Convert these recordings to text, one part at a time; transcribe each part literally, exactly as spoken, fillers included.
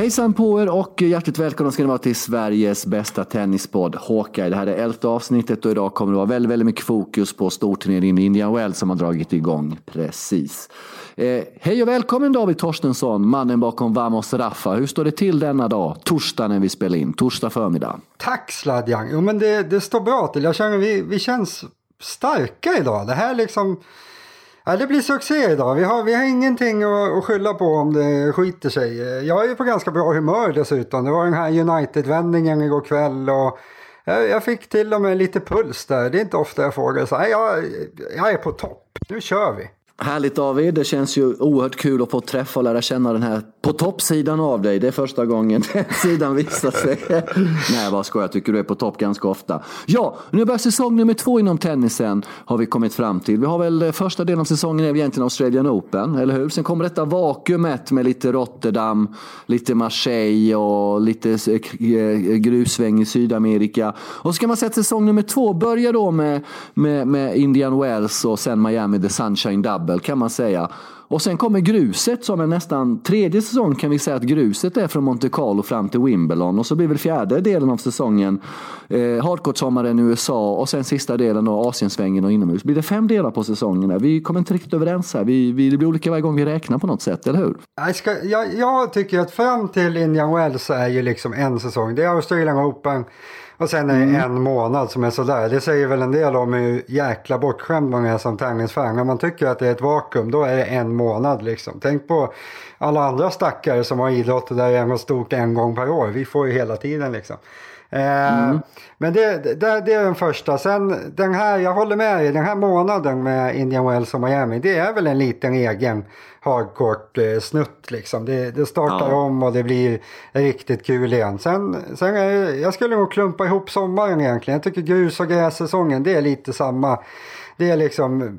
Hejsan på er och hjärtligt välkomna ska ni vara till Sveriges bästa tennispodd Hawkeye. Det här är elfte avsnittet och idag kommer det vara väldigt, väldigt mycket fokus på storturneringen i Indian Wells som har dragit igång precis. Eh, hej och välkommen David Torstensson, mannen bakom Vamos Rafa. Hur står det till denna dag, torsdag när vi spelar in, torsdag förmiddag? Tack Sladjan, jo men det, det står bra till. Jag känner vi, vi känns starka idag. Det här liksom... Ja, det blir succé idag. Vi har, vi har ingenting att, att skylla på om det skiter sig. Jag är ju på ganska bra humör dessutom. Det var den här United-vändningen igår kväll och jag, jag fick till och med lite puls där. Det är inte ofta jag får det. Så jag, jag är på topp. Nu kör vi. Härligt David, det känns ju oerhört kul att få träffa och lära känna den här på toppsidan av dig. Det är första gången den sidan visar sig. Nej, vad ska jag tycker du är på topp ganska ofta. Ja, nu börjar säsong nummer två inom tennisen har vi kommit fram till. Vi har väl första delen av säsongen är egentligen Australian Open, eller hur? Sen kommer detta vakuumet med lite Rotterdam, lite Marseille och lite grusväng i Sydamerika. Och så ska man säga att säsong nummer två börjar då med, med, med Indian Wells och sen Miami The Sunshine Double kan man säga. Och sen kommer gruset som är nästan tredje säsong kan vi säga att gruset är från Monte Carlo fram till Wimbledon och så blir väl fjärde delen av säsongen eh, hardcourt-sommaren i U S A och sen sista delen av Asiensvängen och inomhus. Blir det fem delar på säsongerna? Vi kommer inte riktigt överens här. Vi, vi, det blir olika varje gång vi räknar på något sätt, eller hur? Jag, ska, jag, jag tycker att fram till Indian Wells är ju liksom en säsong. Det är Australian Open. Och sen är det mm. en månad som är sådär. Det säger väl en del om hur jäkla bortskämd man är som tennisfan. När man tycker att det är ett vakuum, då är det en månad liksom. Tänk på alla andra stackare som har idrott där det är något stort en gång per år. Vi får ju hela tiden liksom. Eh, mm. Men det, det, det är den första. Sen den här, jag håller med dig, den här månaden med Indian Wells och Miami, det är väl en liten egen hardcourt eh, snutt liksom. Det, det startar ja. om och det blir riktigt kul igen. Sen, sen är, jag skulle nog klumpa ihop sommaren egentligen. Jag tycker grus- och grässäsongen, det är lite samma. Det är liksom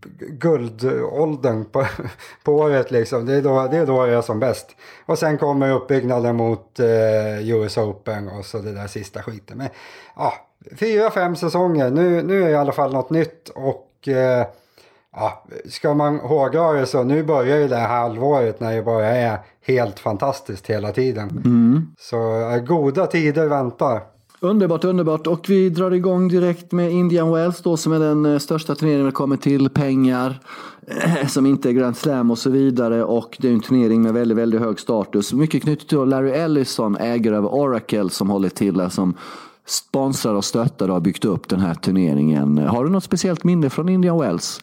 guldåldern på, på året liksom. Det är, då, det är då det är som bäst. Och sen kommer uppbyggnaden mot eh, U S Open och så det där sista skiten. Men ja, fyra, fem säsonger. Nu, nu är det i alla fall något nytt och eh, ja, ska man hårdra det så nu börjar ju det här halvåret när det bara är helt fantastiskt hela tiden. Mm. Så eh, goda tider väntar. Underbart, underbart. Och vi drar igång direkt med Indian Wells då som är den största turneringen när det kommer till pengar som inte är Grand Slam och så vidare. Och det är en turnering med väldigt, väldigt hög status. Mycket knutet till Larry Ellison, ägare av Oracle som håller till som sponsrar och stöttar och har byggt upp den här turneringen. Har du något speciellt minne från Indian Wells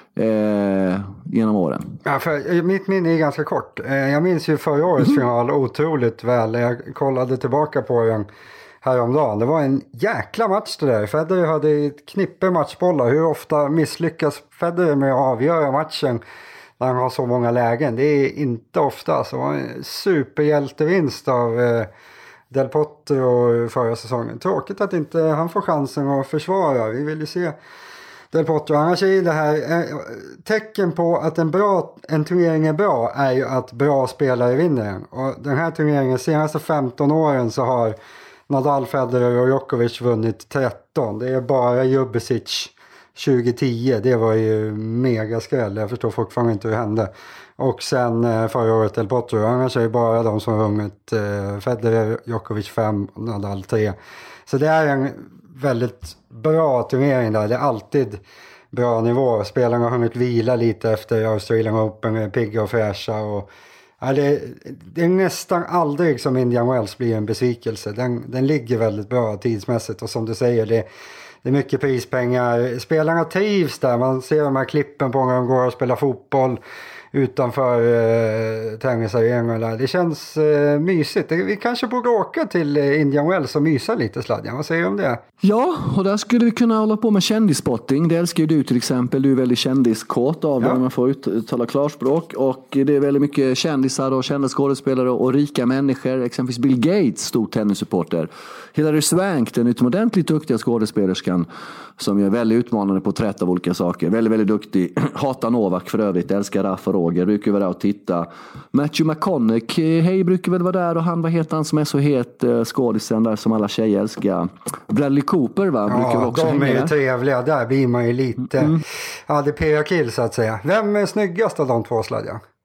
eh, genom åren? Ja, för mitt minne är ganska kort. Jag minns ju förra årets final otroligt väl. Jag kollade tillbaka på den häromdagen. Det var en jäkla match det där. Federer hade ett knippe matchbollar. Hur ofta misslyckas Federer med att avgöra matchen när han har så många lägen? Det är inte ofta. Så det var en superhjältevinst av eh, Del Potro förra säsongen. Tråkigt att inte han får chansen att försvara. Vi vill ju se Del Potro. Annars är det här eh, tecken på att en, bra, en turnering är bra är ju att bra spelare vinner den. Och den här turneringen, senaste femton åren så har Nadal, Federer och Djokovic vunnit tretton. Det är bara Ljubicic tjugohundratio. Det var ju mega skräll. Jag förstår fortfarande inte hur det hände. Och sen eh, förra året Del Potro. Annars är det bara de som har vunnit eh, Federer, Djokovic fem, Nadal tre. Så det är en väldigt bra turnering där. Det är alltid bra nivå. Spelarna har hunnit vila lite efter Australian Open, pigga och fräscha och ja, det, det är nästan aldrig som Indian Wells blir en besvikelse. Den, den ligger väldigt bra tidsmässigt och som du säger, det, det är mycket prispengar. Spelarna trivs där, man ser de här klippen på när de går och spelar fotboll utanför eh, tennisarenan. Det känns eh, mysigt. Vi kanske borde åka till eh, Indian Wells och mysa lite, Sladjan. Vad säger du om det? Ja, och där skulle vi kunna hålla på med kändisspotting. Det älskar ju du till exempel. Du är väldigt kändiskåt av det, ja. Man får uttala klarspråk. Och det är väldigt mycket kändisar och kända skådespelare och rika människor. Exempelvis Bill Gates, stor tennissupporter. Hilary Swank, den utomordentligt duktiga skådespelerskan som är väldigt utmanande på trätt av olika saker. Väldigt, väldigt duktig. Hatar Novak för övrigt. Älskar Rafa Roger. Brukar vara där och titta. Matthew McConaughey, hej, brukar väl vara där. Och han, vad heter han som är så het skådisen där som alla tjejer älskar? Bradley Cooper, va? Brukar ja, också de är ju där. trevliga. Där blir man ju lite... Mm. Ja, det är P R-kill så att säga. Vem är snyggast av de två, Sladjan?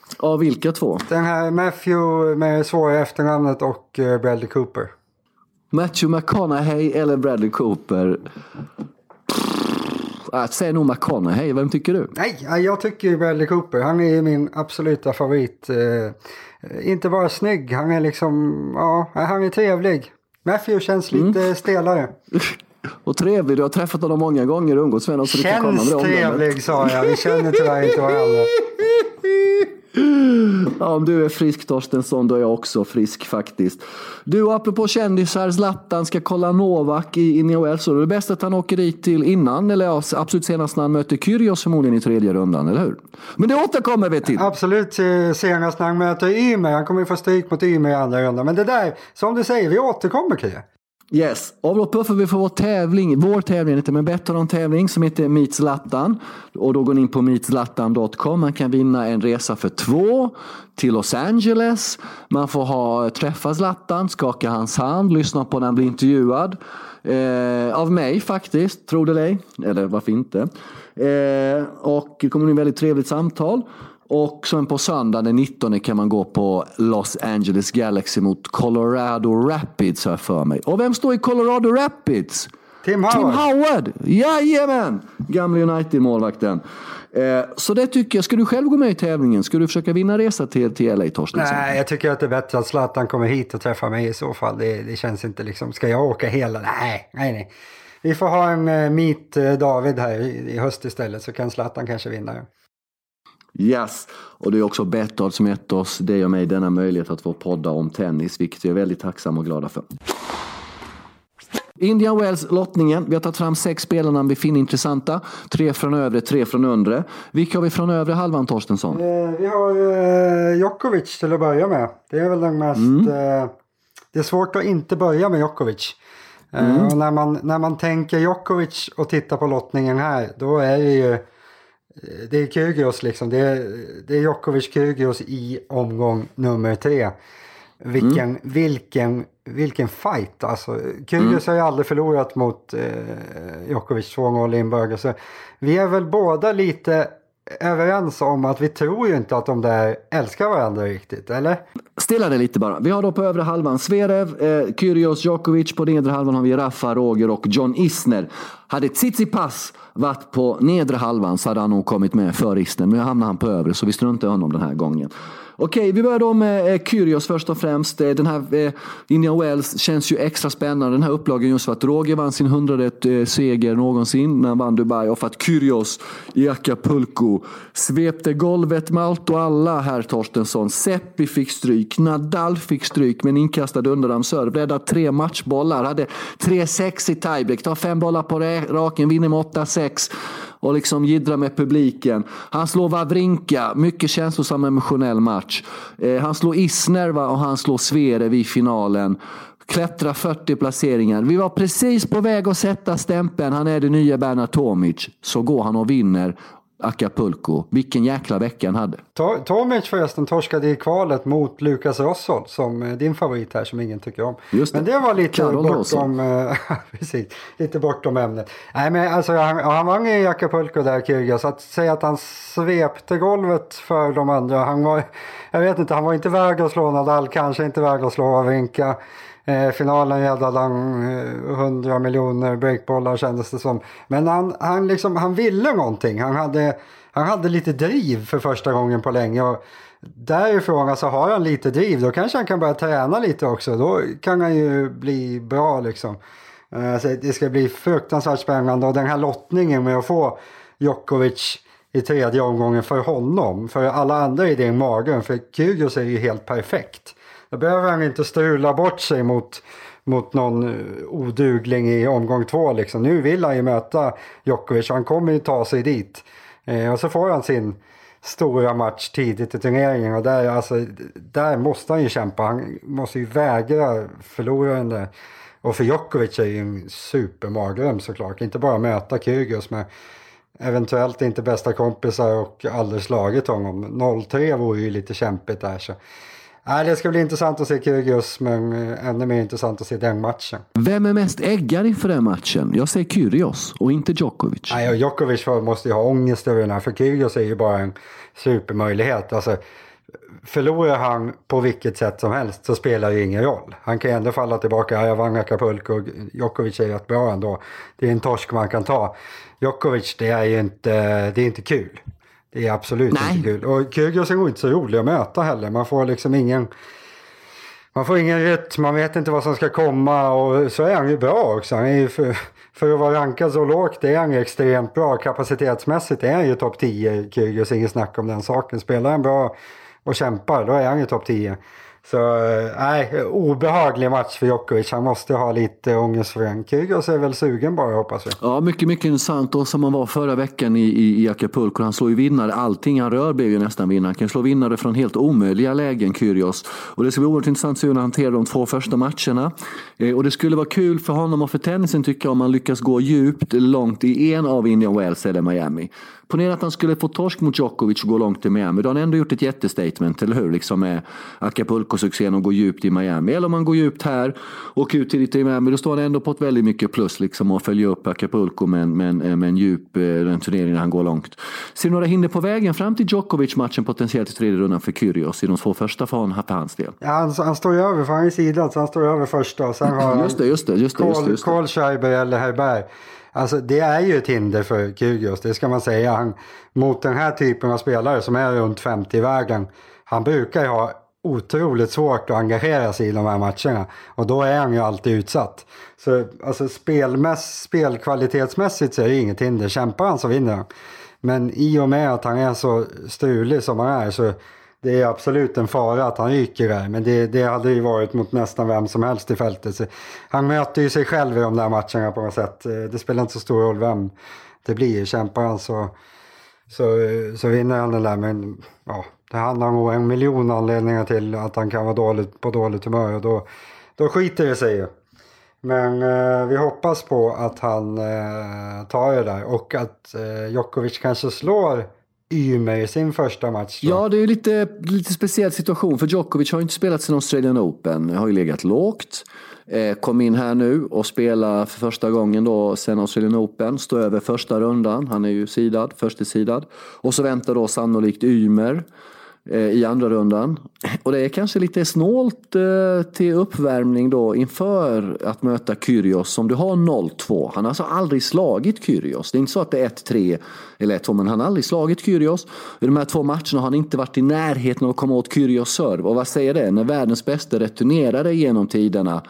Av vilka två? Den här Matthew med svåra efternamnet och uh, Bradley Cooper. Matthew McConaughey eller Bradley Cooper? Att säga nog McConaughey, vem tycker du? Nej, jag tycker Bradley Cooper. Han är min absoluta favorit. Uh, inte bara snygg, han är liksom, ja, han är trevlig. Matthew känns lite mm. stelare. Och trevlig, du har träffat honom många gånger och umgåtts med honom. Känns trevlig, sa jag. Vi känner tyvärr inte varandra. Ja, om du är frisk Torstensson, då är jag också frisk faktiskt. Du, apropå kändisar, Zlatan ska kolla Novak i, i N H L, så det är bäst att han åker dit till innan, eller ja, absolut senast när han möter Kyrgios förmodligen i tredje rundan, eller hur? Men det återkommer vi till. Absolut senast när han möter Ymer, han kommer ju få stryk mot Ymer i andra rundan, men det där, som du säger, vi återkommer till det. Yes, och då puffar vi för vår tävling, vår tävling, inte men bättre en tävling som heter Meet Zlatan. Och då går ni in på meet zlatan dot com. Man kan vinna en resa för två till Los Angeles. Man får ha träffa Zlatan, skaka hans hand, lyssna på när han blir intervjuad. Eh, av mig faktiskt, tror det eller eller varför inte. Eh, och det kommer bli ett väldigt trevligt samtal. Och sen på söndag den nittonde kan man gå på Los Angeles Galaxy mot Colorado Rapids här för mig. Och vem står i Colorado Rapids? Tim Howard. Tim Howard, jajamän! Gamla United-målvakten. Eh, så det tycker jag, ska du själv gå med i tävlingen? Ska du försöka vinna resa till, till L A, Torstensson? Nej, jag tycker att det är bättre att Zlatan kommer hit och träffar mig i så fall. Det, det känns inte liksom, ska jag åka hela? Nej, nej, nej. Vi får ha en uh, meet uh, David här i, i höst istället, så kan Zlatan kanske vinna. Yes, och det är också Betthard som gett oss, det och mig, denna möjlighet att få podda om tennis, vilket jag är väldigt tacksam och glada för. Indian Wells lottningen, vi har tagit fram sex spelarna vi finner intressanta, tre från övre, tre från undre. Vilka har vi från övre halvan, Torstensson? Eh, vi har eh, Djokovic till att börja med. Det är väl den mest, mm. eh, det är svårt att inte börja med Djokovic. Eh, mm. Och när man, när man tänker Djokovic och tittar på lottningen här, då är det ju det är Kyrgios liksom. Det är, det är Djokovic Kyrgios i omgång nummer tre. Vilken, mm. vilken, vilken fight. Alltså, Kyrgios mm. har ju aldrig förlorat mot eh, Djokovic två noll inbörde. Så vi är väl båda lite överens om att vi tror ju inte att de där älskar varandra riktigt, eller? Stilla det lite bara. Vi har då på övre halvan Zverev, eh, Kyrgios, Djokovic. På nedre halvan har vi Rafa, Roger och John Isner. Hade Tsitsipas varit på nedre halvan så hade han nog kommit med för Isner. Men nu hamnar han på övre, så vi struntar i honom den här gången. Okej, vi börjar då med eh, Kyrgios först och främst. Den här eh, Indian Wells känns ju extra spännande. Den här upplagen just för att Roger vann sin hundrade eh, seger någonsin när han vann Dubai. Och för att Kyrgios i Acapulco svepte golvet med allt och alla här, Torstensson. Seppi fick stryk, Nadal fick stryk med en inkastad underarmsserv. Räddade tre matchbollar, hade tre sex i tiebreak. Tar fem bollar på raken, vinner med åtta sex. Och liksom jiddra med publiken. Han slår Wawrinka, mycket känslosam emotionell match. Eh, han slår Isner, va, och han slår Zverev i finalen. Klättrar fyrtio placeringar. Vi var precis på väg att sätta stämpeln. Han är det nya Bernard Tomic. Så går han och vinner Acapulco. Vilken jäkla vecka han hade. Tomic förresten torskade i kvalet mot Lucas Rosol, som din favorit här som ingen tycker om. Just det. Men det var lite bortom, precis, lite bortom ämnet. Nej, men alltså han, han vann i Acapulco där, Kyrgios. Att säga att han svepte golvet för de andra. Han var, jag vet inte, han var inte värd att slå Nadal, kanske inte värd att slå Wawrinka. Eh, finalen räddade han eh, hundra miljoner breakbollar kändes det som. Men han, han, liksom, han ville någonting. Han hade, han hade lite driv för första gången på länge. Och därifrån alltså, har han lite driv, då kanske han kan börja träna lite också. Då kan han ju bli bra liksom. Eh, så det ska bli fruktansvärt spännande. Och den här lottningen med att få Djokovic i tredje omgången för honom. För alla andra i den magen. För Kyrgios är ju helt perfekt. Då behöver han inte strula bort sig mot, mot någon odugling i omgång två. Liksom. Nu vill han ju möta Djokovic. Han kommer ju ta sig dit. Eh, och så får han sin stora match tidigt i turneringen. Och där, alltså, där måste han ju kämpa. Han måste ju vägra förlora den där. Och för Djokovic är ju en supermardröm såklart. Inte bara möta Kyrgios med eventuellt inte bästa kompisar och aldrig slagit honom. noll tre vore ju lite kämpigt där så. Nej, det ska bli intressant att se Kyrgios, men ännu mer intressant att se den matchen. Vem är mest äggad inför den matchen? Jag säger Kyrgios och inte Djokovic. Nej, och Djokovic måste ju ha ångest över den här, för Kyrgios är ju bara en supermöjlighet. Alltså, förlorar han på vilket sätt som helst så spelar det ingen roll. Han kan ändå falla tillbaka. Jag vann Acapulco och Djokovic är rätt bra ändå. Det är en torsk man kan ta. Djokovic, det är ju inte, det är inte kul. Det är absolut Nej. inte kul. Och Kyrgios är nog inte så rolig att möta heller. Man får liksom ingen... Man får ingen rytm, man vet inte vad som ska komma och så är han ju bra också. Han är ju för, för att vara rankad så lågt, det är han ju extremt bra. Kapacitetsmässigt är han ju topp tio, Kyrgios, inget snack om den saken. Spelar han bra och kämpar, då är han ju topp tio. Så nej, obehaglig match för Djokovic. Han måste ha lite ångest för den. Kyrgios är väl sugen bara, hoppas vi. Ja, mycket, mycket intressant. Och som han var förra veckan i, i, i Acapulco. Han slår ju vinnare. Allting han rör blir ju nästan vinnare. Han kan slå vinnare från helt omöjliga lägen, Kyrgios. Och det ska bli oerhört intressant att se hur han hanterar de två första matcherna. Eh, och det skulle vara kul för honom och för tennisen, tycker jag, om man lyckas gå djupt, långt i en av Indian Wells eller Miami. Ponera att han skulle få torsk mot Djokovic och gå långt i Miami. Då har han ändå gjort ett jättestatement, eller hur? Liksom med Acapulco-succén och gå djupt i Miami. Eller om man går djupt här och ut till lite i Miami, då står han ändå på ett väldigt mycket plus liksom, och följer upp Acapulco med, med, med en djup en turnering när han går långt. Ser du några hinder på vägen fram till Djokovic-matchen potentiellt i tredje rundan för Kyrgios i de två första för, hon, för hans del? Ja, han, han står ju över för han är sidan, så han står över första och sen har just det, just det, just det, just det, just det. Kohlschreiber eller Herberg. Alltså det är ju ett hinder för Kyrgios, det ska man säga. Han, mot den här typen av spelare som är runt femtio i vägen, han brukar ju ha otroligt svårt att engagera sig i de här matcherna. Och då är han ju alltid utsatt. Så alltså spelmäss, spelkvalitetsmässigt så är det inget hinder. Kämpar han så vinner han. Men i och med att han är så strulig som han är, så det är absolut en fara att han ryker där. Men det, det hade ju varit mot nästan vem som helst i fältet. Så han möter ju sig själv i de där matcherna på något sätt. Det spelar inte så stor roll vem det blir. Kämpar han så, så, så vinner han den där. Men ja, det handlar nog en miljon anledningar till att han kan vara dåligt, på dåligt humör. Och då, då skiter det sig ju. Men eh, vi hoppas på att han eh, tar det där. Och att eh, Djokovic kanske slår Ymer i sin första match. Då. Ja, det är ju lite, lite speciell situation. För Djokovic har ju inte spelat sedan Australian Open. Har ju legat lågt. Eh, kom in här nu och spela för första gången då sen Australian Open. Stå över första rundan. Han är ju sidad, första sidad. Och så väntar då sannolikt Ymer i andra rundan. Och det är kanske lite snålt eh, till uppvärmning då inför att möta Kyrgios som du har noll två. Han har alltså aldrig slagit Kyrgios. Det är inte så att det är ett tre eller ett två, men han har aldrig slagit Kyrgios. I de här två matcherna har han inte varit i närheten av att komma åt Kyrgios serv. Och vad säger det? När världens bästa returnerare genom tiderna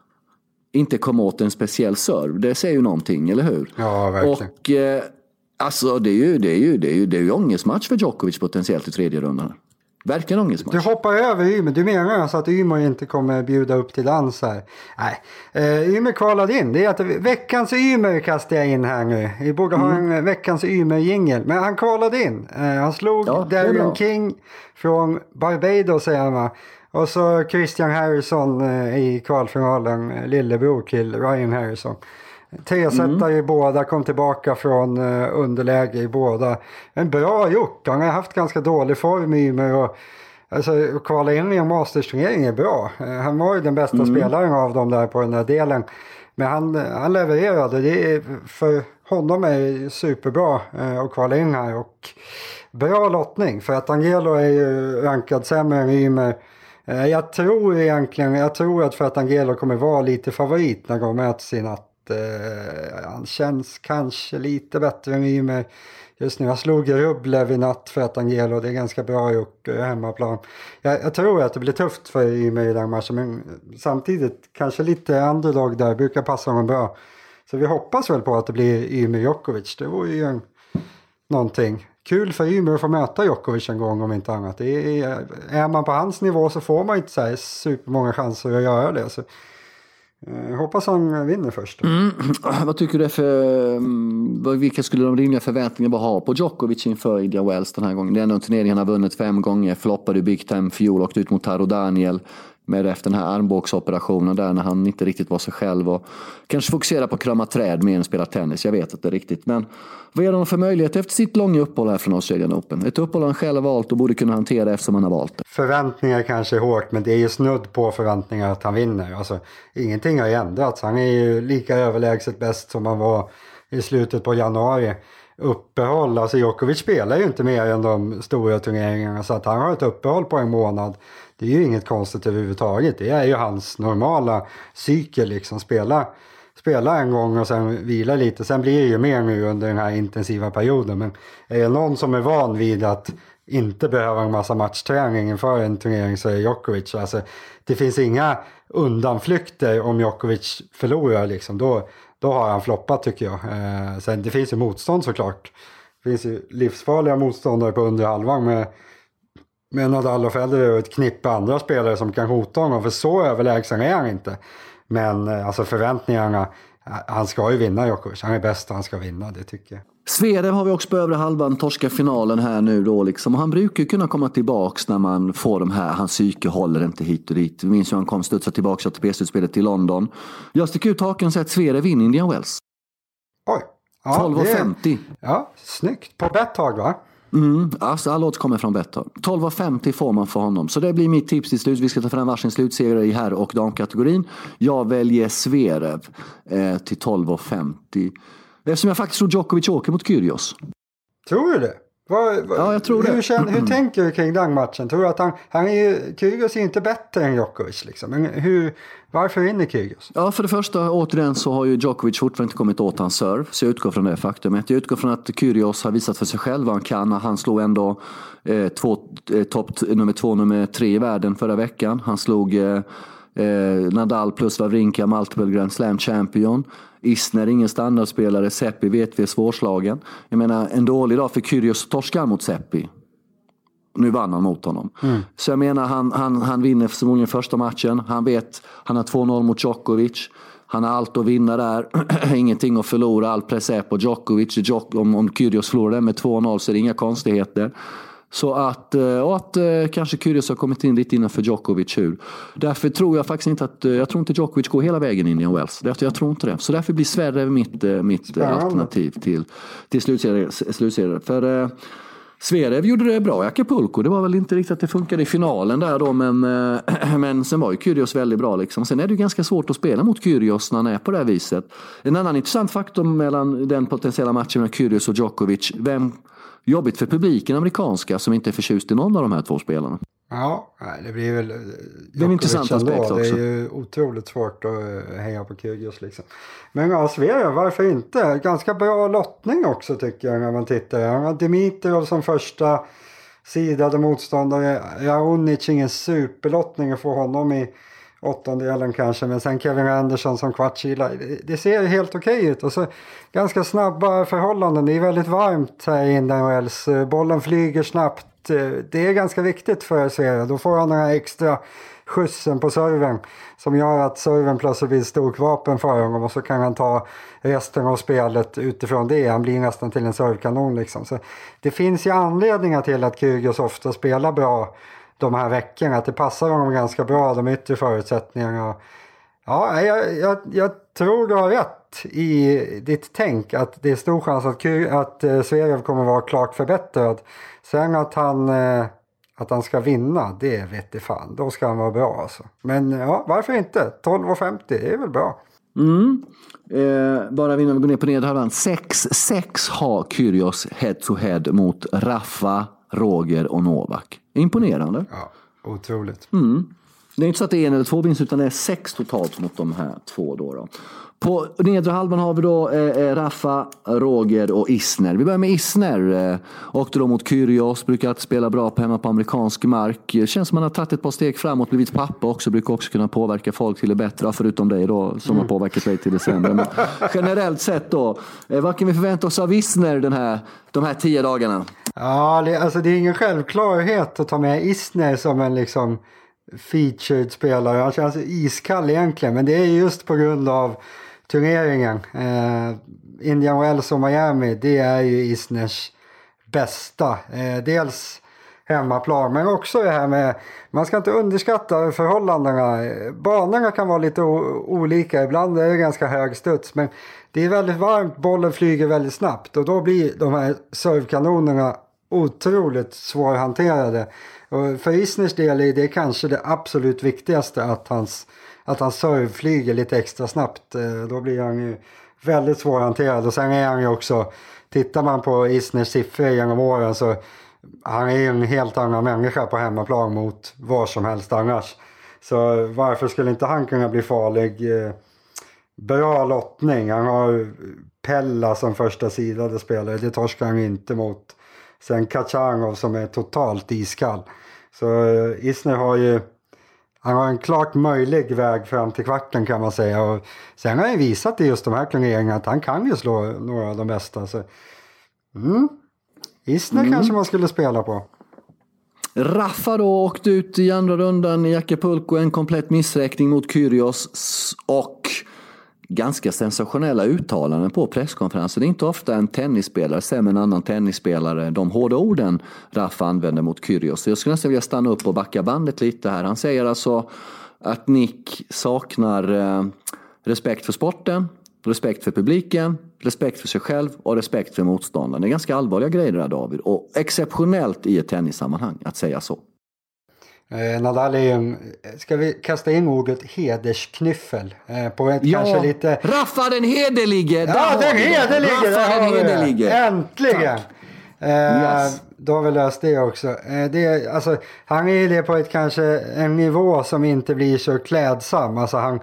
inte kom åt en speciell serv. Det säger ju någonting, eller hur? Ja, verkligen. Och eh, alltså det är ju det är ju det är ju det är ju ångestmatch för Djokovic potentiellt i tredje rundan. Verkligen ångestmatch. Du hoppar över Ymer. Du menar alltså att Ymer inte kommer bjuda upp till dans här? Nej. Uh, Ymer kvalade in. Det är att veckans Ymer kastar jag in här nu. Vi borde mm. ha en veckans Ymer-jingel. Men han kvalade in. Uh, han slog ja, Darren King från Barbados, säger man. Och så Christian Harrison uh, i kvalfinalen. Uh, lillebror till Ryan Harrison. Tresättare mm. i båda, kom tillbaka från uh, underläge i båda. En bra gjort, han har haft ganska dålig form i Ymer och alltså, kvala in i en mastersturnering är bra. Uh, han var ju den bästa mm. spelaren av dem där på den här delen. Men han, han levererade, det är, för honom är det superbra uh, att kvala in här och bra lottning för att Angelo är ju rankad sämre än Ymer. Uh, jag tror egentligen, jag tror att för att Angelo kommer vara lite favorit när de möts i natt. Uh, han känns kanske lite bättre än Ymer just nu. Jag slog Rublev i natt för att Angelo, det är ganska bra gjort uh, hemmaplan. Jag, jag tror att det blir tufft för Ymer i den matchen, men samtidigt kanske lite underdog där brukar passa honom bra. Så vi hoppas väl på att det blir Ymer Djokovic. Det vore ju en, någonting kul för Ymer att få möta Djokovic en gång om inte annat. Det är, är man på hans nivå så får man inte så här supermånga chanser att göra det. Så jag hoppas han vinner först. Mm. Vad tycker du för vilka skulle de rimliga förväntningar ha på Djokovic inför Indian Wells den här gången? Det är ändå en turnering han har vunnit fem gånger, floppade i big time fjol, åkte ut mot Taro Daniel med efter den här armbågsoperationen där när han inte riktigt var sig själv och kanske fokusera på att krama träd mer än spela tennis. Jag vet att det är riktigt, men vad är de för möjlighet efter sitt långa uppehåll här från Australian Open? Ett uppehåll han själv valt och borde kunna hantera eftersom han har valt det. Förväntningar kanske är hårt, men det är ju snudd på förväntningar att han vinner. Alltså, ingenting har ju ändrats. Han är ju lika överlägset bäst som han var i slutet på januari. uppehåll. Alltså Djokovic spelar ju inte mer än de stora turneringarna, så att han har ett uppehåll på en månad. Det är ju inget konstigt överhuvudtaget. Det är ju hans normala cykel liksom. Spela, spela en gång och sen vila lite. Sen blir det ju mer nu under den här intensiva perioden. Men är det någon som är van vid att inte behöva en massa matchträning inför en turnering så är Djokovic. Alltså, det finns inga undanflykter om Djokovic förlorar liksom. Då, då har han floppat tycker jag. Eh, sen det finns ju motstånd såklart. Det finns ju livsfarliga motståndare på under halvan med, med Nadal och Federer och ett knippe andra spelare som kan hota honom. För så överlägsen är han inte. Men eh, alltså förväntningarna, han ska ju vinna Djokovic. Han är bäst och han ska vinna, det tycker jag. Zverev har vi också på övre halvan, torska finalen här nu då liksom. Han brukar ju kunna komma tillbaks när man får de här, hans psyke håller inte hit och dit. Vi minns ju han kom studsa tillbaka till A T P-slutspelet till London. Jag sticker ut haken och säger att Zverev vinner Indian Wells. Oj. Ja, tolv och femtio. Ja, snyggt. På Betthard va? Mm, alltså alla odds kommer från Betthard. tolv och femtio får man för honom. Så det blir mitt tips till slut. Vi ska ta fram varsin slutserie i herr- och damkategorin. Jag väljer Zverev eh, till tolv och femtio. Eftersom jag faktiskt tror Djokovic åker mot Kyrgios. Tror du det? Vad, vad, ja, jag tror hur, det. Känner, hur tänker du kring den matchen? Tror du att han, han är ju, Kyrgios är inte bättre än Djokovic liksom. Men hur, varför vinner Kyrgios? Ja, för det första, återigen så har ju Djokovic fortfarande inte kommit åt hans serve. Så jag utgår från det faktumet. Jag utgår från att Kyrgios har visat för sig själv vad han kan. Han slog ändå eh, två, eh, topp nummer två, nummer tre i världen förra veckan. Han slog eh, eh, Nadal plus Wawrinka, multiple Grand Slam champion. Isner, ingen standardspelare. Seppi vet vi är svårslagen. Jag menar, en dålig dag för Kyrgios torskar mot Seppi. Nu vann han mot honom. Mm. Så jag menar, han, han, han vinner förmodligen första matchen. Han vet, han har två noll mot Djokovic. Han har allt att vinna där. Ingenting att förlora. All press är på Djokovic. Djok- om, om Kyrgios förlorar med två noll så är det inga konstigheter. Så att, och att kanske Kyrgios har kommit in lite innanför Djokovic hur. Därför tror jag faktiskt inte att, jag tror inte Djokovic går hela vägen in i Indian Wells. Därför jag tror inte det. Så därför blir Zverev mitt, mitt alternativ till, till slutserien. För Zverev gjorde det bra i Acapulco. Det var väl inte riktigt att det funkade i finalen där då. Men, men sen var ju Kyrgios väldigt bra liksom. Sen är det ju ganska svårt att spela mot Kyrgios när han är på det här viset. En annan intressant faktor mellan den potentiella matchen med Kyrgios och Djokovic. Vem jobbigt för publiken amerikanska som inte är förtjust i någon av de här två spelarna. Ja, det blir väl det är en intressant aspekt också. Det är ju otroligt svårt att heja på Kyrgios liksom. Men ja, Zverev, varför inte? Ganska bra lottning också tycker jag när man tittar. Han har Dimitrov som första sidade motståndare. Raonic, ingen superlottning att få honom i åttondelen kanske, men sen Kevin Anderson som kvartsila. Det, det ser helt okej ut och så ganska snabba förhållanden. Det är väldigt varmt här i Indian Wells. Bollen flyger snabbt. Det är ganska viktigt för Zverev. Då får han den här extra skjutsen på serven som gör att serven plötsligt blir storkvapen för honom och så kan han ta resten av spelet utifrån det. Han blir nästan till en servkanon liksom. Så det finns ju anledningar till att Kyrgios ofta spelar bra de här veckorna, att det passar honom ganska bra, de yttre förutsättningarna. Ja, jag, jag, jag tror du har rätt i ditt tänk att det är stor chans att, att Zverev kommer vara klart förbättrad. Sen att han, att han ska vinna, det vet jag fan. Då ska han vara bra alltså. Men ja, varför inte? tolv och femtio, det är väl bra. Mm. Eh, bara innan vi går ner på nedhalvan. sex sex har Kyrgios head to head mot Rafa, Roger och Novak. Imponerande. Ja, otroligt. Mm. Det är inte så att det är en eller två vinst utan det är sex totalt mot de här två då. då. På nedre halvan har vi då eh, Rafa, Roger och Isner. Vi börjar med Isner. Eh, åkte då mot Kyrgios, brukar alltid spela bra på hemma på amerikansk mark. Känns som man har tagit ett par steg framåt, blivit pappa också. Brukar också kunna påverka folk till det bättre, förutom dig då som mm. har påverkat dig till det sämre. Men generellt sett då, eh, vad kan vi förvänta oss av Isner den här, de här tio dagarna? Ja, det, alltså det är ingen självklarhet att ta med Isner som en liksom featured spelare. Han känns iskall egentligen, men det är just på grund av turneringen. Eh, Indian Wells och Miami, det är ju Isners bästa. Eh, dels hemmaplan, men också det här med, man ska inte underskatta förhållandena. Banorna kan vara lite o- olika, ibland är det ganska hög studs, men det är väldigt varmt, bollen flyger väldigt snabbt och då blir de här servkanonerna otroligt svårhanterade. Och för Isners del är det kanske det absolut viktigaste att hans, att hans serve flyger lite extra snabbt. Då blir han ju väldigt svårhanterad. Och sen är han ju också, tittar man på Isners siffror genom åren så han är ju en helt annan människa på hemmaplan mot var som helst annars. Så varför skulle inte han kunna bli farlig? Bra lottning. Han har Pella som första sidade spelare. Det torskar han inte mot. Sen Kachanov som är totalt iskall. Så Isner har ju, han har en klart möjlig väg fram till kvarten kan man säga. Och sen har han visat i just de här turneringarna att han kan ju slå några av de bästa. Så, mm. Isner mm. kanske man skulle spela på. Rafa då åkte ut i andra rundan i Acapulco, en komplett missräkning mot Kyrgios och ganska sensationella uttalanden på presskonferensen. Det är inte ofta en tennisspelare säger med en annan tennisspelare de hårda orden Rafa använder mot Kyrgios. Så jag skulle nästan vilja stanna upp och backa bandet lite här. Han säger alltså att Nick saknar eh, respekt för sporten, respekt för publiken, respekt för sig själv och respekt för motståndaren. Det är ganska allvarliga grejer där, David. Och exceptionellt i ett tennissammanhang att säga så. Eh, Nadal är ju en, ska vi kasta in ordet hedersknyffel eh, på ett ja, kanske lite... Rafa den hederlige! Ja, den hederlige! Rafa den hederlige! Äntligen! Eh, yes. Då har vi löst det också. Eh, det, alltså, han är det på ett kanske en nivå som inte blir så klädsam. Alltså han...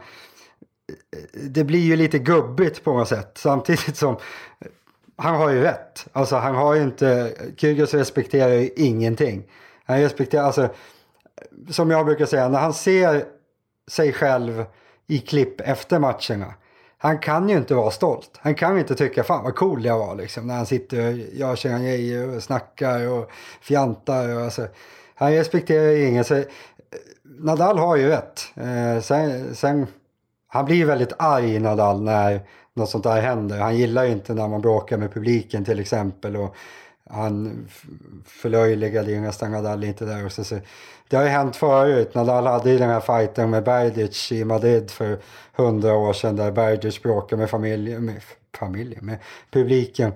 Det blir ju lite gubbigt på något sätt. Samtidigt som han har ju rätt. Alltså han har ju inte... Kyrgios respekterar ju ingenting. Han respekterar... Alltså, som jag brukar säga, när han ser sig själv i klipp efter matcherna. Han kan ju inte vara stolt. Han kan inte tycka fan vad cool jag var liksom. När han sitter och gör sina grejer och snackar och fjantar. Och, alltså, han respekterar ju ingen. Så, Nadal har ju rätt. Eh, sen... sen Han blir väldigt arg Nadal när något sånt där händer. Han gillar ju inte när man bråkar med publiken till exempel. Och han förlöjligade ju nästan Nadal inte där. Och så, så. Det har ju hänt förut. Nadal hade ju den här fighten med Berdych i Madrid för hundra år sedan. Där Berdych bråkade med familjen. Med familjen, med publiken.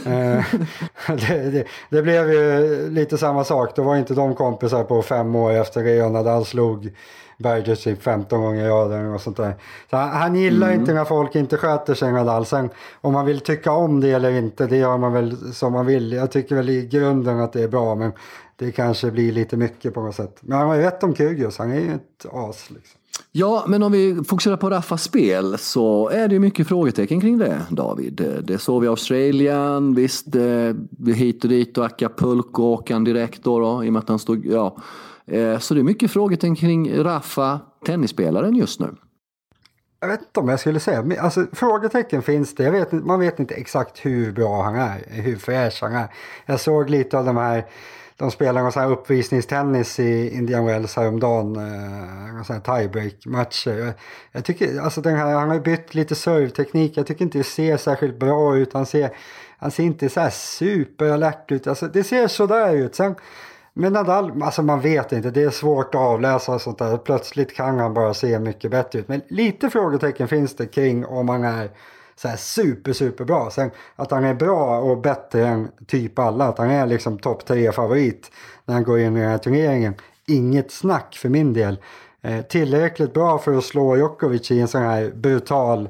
det, det, det blev ju lite samma sak. Då var inte de kompisar på fem år efter det. Och Nadal slog Berdych typ femton gånger i raden och sånt där. Så han, han gillar mm. inte när folk inte sköter sig Nadal. Sen om man vill tycka om det eller inte, det gör man väl som man vill. Jag tycker väl i grunden att det är bra, men det kanske blir lite mycket på något sätt. Men han har ju rätt om Kyrgios, han är ju ett as liksom. Ja, men om vi fokuserar på Rafas spel så är det ju mycket frågetecken kring det, David. Det såg vi i Australien, visst, hit och dit och Acapulco åkan direkt då, då i och med att han stod, ja. Så det är mycket frågetecken kring Rafa, tennisspelaren just nu. Jag vet inte om jag skulle säga, alltså frågetecken finns det. Jag vet, man vet inte exakt hur bra han är, hur fräsch han är. Jag såg lite av de här, de spelar någon sån här uppvisningstennis i Indian Wells häromdagen, eh, sån här tiebreak-matcher. Jag, jag tycker, alltså den här, han har bytt lite serveteknik, jag tycker inte det ser särskilt bra ut. Han ser, han ser inte så här superalert ut, alltså det ser så där ut. Sen, men Nadal, alltså man vet inte, det är svårt att avläsa sånt där. Plötsligt kan han bara se mycket bättre ut. Men lite frågetecken finns det kring om han är så här super, super bra. Sen att han är bra och bättre än typ alla. Att han är liksom topp tre favorit när han går in i den här turneringen. Inget snack för min del. Eh, tillräckligt bra för att slå Djokovic i en sån här brutal